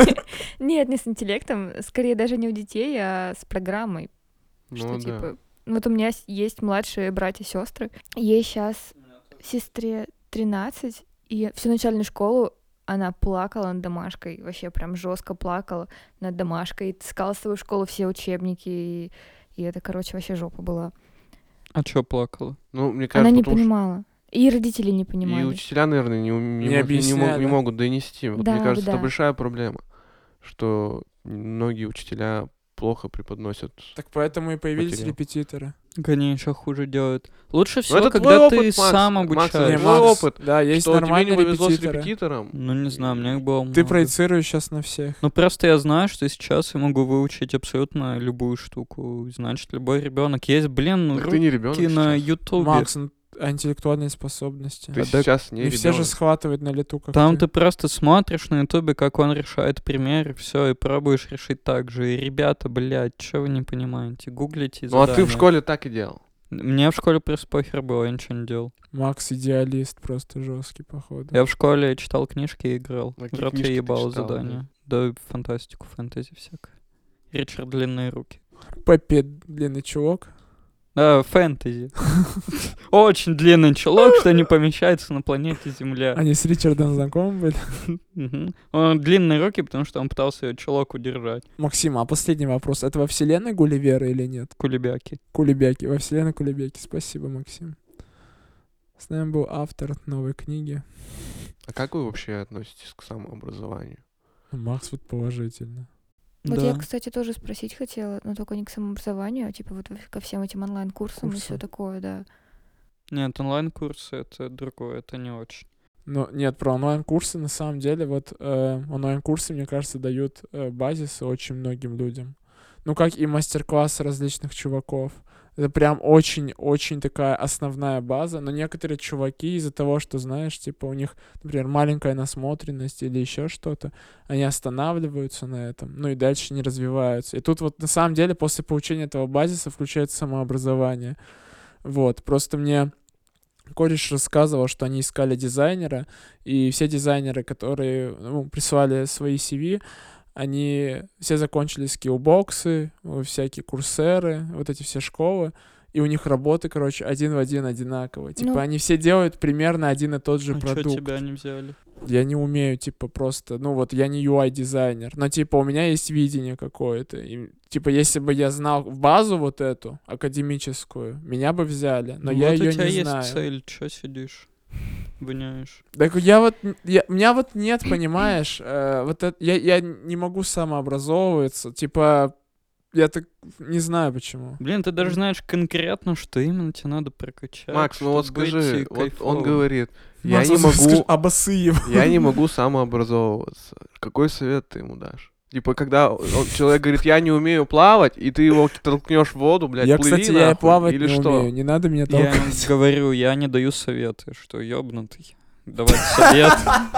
Нет, не с интеллектом, скорее даже не у детей, а с программой. Что, Ну да. типа, вот у меня с- есть младшие братья и сестры. Ей сейчас сестре тринадцать, и всю начальную школу она плакала над домашкой, вообще прям жестко плакала над домашкой, таскала в свою школу все учебники, и, и это, короче, вообще жопа была. А чё плакала? Ну, мне кажется, Она не потому что- понимала. И родители не И понимали. учителя, наверное, не, ум- Не не, мо- не, мо- объясняли. не могут донести. Вот Да, мне кажется, да, это да. большая проблема, что многие учителя плохо преподносят. Так поэтому и появились Материал. репетиторы. Они еще хуже делают. Лучше всего, это когда твой ты опыт, Макс. сам Макс, обучаешь. это Не, твой Макс, опыт, да, есть что тебе нормальные не повезло с репетиторы. репетитором. Ну, не знаю, мне их было Ты много. проецируешь сейчас на всех. Ну, просто я знаю, что сейчас я могу выучить абсолютно любую штуку. Значит, любой ребенок есть, блин, ну, Так ты не ребенок руки на сейчас. Ютубе. Макс, ну, а интеллектуальные способности. Ты А так сейчас не Не все же ребенок. схватывают на лету, как Там ты. ты просто смотришь на Ютубе, как он решает пример, и все, и пробуешь решить так же. И ребята, блядь, что вы не понимаете? Гуглите Ну а ты в задания. школе так и делал. Мне в школе просто похер было, я ничего не делал. Макс идеалист просто жесткий, походу. Я в школе читал книжки и играл. А В какие рот книжки я ты ебал читал, задания. Да, фантастику, фэнтези всякое. Ричард Длинные руки. Пеппи длинный чулок. Да, фэнтези. Очень длинный чулок, что не помещается на планете Земля. Они с Ричардом знакомы были. Мгм. Он длинные руки, потому что он пытался её чулок удержать. Максим, а последний вопрос. Это во вселенной Гулливера или нет? Кулебяки. Кулебяки. Во вселенной Кулебяки. Спасибо, Максим. С нами был автор новой книги. А как вы вообще относитесь к самообразованию? Макс вот положительно. Вот Да. я, кстати, тоже спросить хотела, но только не к самообразованию, а типа вот ко всем этим онлайн-курсам и Курсам. все такое, да. Нет, онлайн-курсы — это другое, это не очень. Ну, нет, про онлайн-курсы, на самом деле, вот э, онлайн-курсы, мне кажется, дают э, базисы очень многим людям. Ну, как и мастер-классы различных чуваков. Это прям очень-очень такая основная база. Но некоторые чуваки из-за того, что, знаешь, типа у них, например, маленькая насмотренность или еще что-то, они останавливаются на этом, ну и дальше не развиваются. И тут вот на самом деле после получения этого базиса включается самообразование. Вот, просто мне кореш рассказывал, что они искали дизайнера, и все дизайнеры, которые ну, прислали свои си ви, они все закончили скиллбоксы, э, всякие курсеры, вот эти все школы, и у них работы, короче, один в один одинаковые. Типа Ну. они все делают примерно один и тот же А чё продукт. тебя не взяли? Я не умею, типа, просто, ну вот я не ю ай-дизайнер, но, типа, у меня есть видение какое-то. И, типа, если бы я знал базу вот эту, академическую, меня бы взяли, но Ну я вот ее у тебя не есть знаю. цель, чё сидишь? Воняешь. Так я вот, н- я, у меня вот нет, понимаешь, э, вот это, я, я не могу самообразовываться, типа, я так не знаю почему. Блин, ты даже знаешь конкретно, что именно тебе надо прокачать. Макс, ну вот чтоб быть, скажи, э, вот он кайфовым. говорит, я Макс, не вот скажи, могу, обосы его. я не могу самообразовываться. Какой совет ты ему дашь? Типа, когда он- человек говорит, я не умею плавать, и ты его толкнешь в воду, блядь, Я, плыви кстати, я и нахуй, плавать или не что? умею, не надо меня Я им толкать. говорю, я не даю советы, что ёбнутый. Давать совет.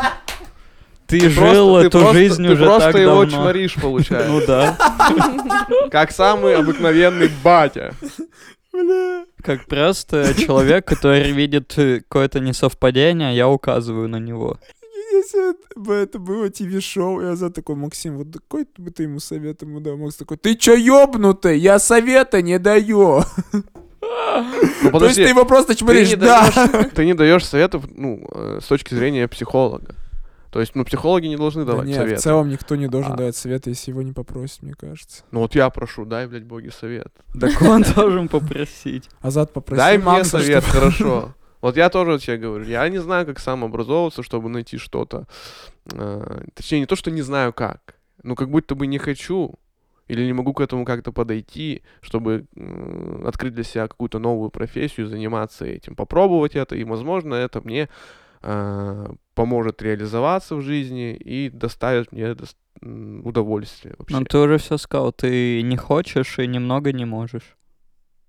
Ты Ты жил просто- ты эту просто- жизнь ты уже просто так его давно. чморишь, получается. Ну да. Как самый обыкновенный батя. Бля. Как просто человек, который видит э, какое-то несовпадение, я указываю на него. Если бы это было ТВ-шоу, я за такой, Максим, вот какой бы ты ему совет ему дал? Макс такой, ты чё ёбнутый? Я совета не даю. Ну То есть ты подожди, его просто ты чморишь, не да. даешь- ты не даешь советов, ну, э, с точки зрения психолога. То есть, ну, психологи не должны Да давать нет, советы. в целом никто не должен А. давать советы, если его не попросят, мне кажется. Ну вот я прошу, дай, блядь, боги совет. Так он должен попросить. Азат попроси Дай мне Макса, совет, чтобы- хорошо. Вот я тоже тебе говорю, я не знаю, как самообразовываться, чтобы найти что-то. Э, Точнее, не то, что не знаю как, но как будто бы не хочу или не могу к этому как-то подойти, чтобы м, открыть для себя какую-то новую профессию, заниматься этим, попробовать это, и, возможно, это мне э, поможет реализоваться в жизни и доставит мне дос- м, удовольствие вообще. Но ты уже все сказал, ты не хочешь и немного не можешь.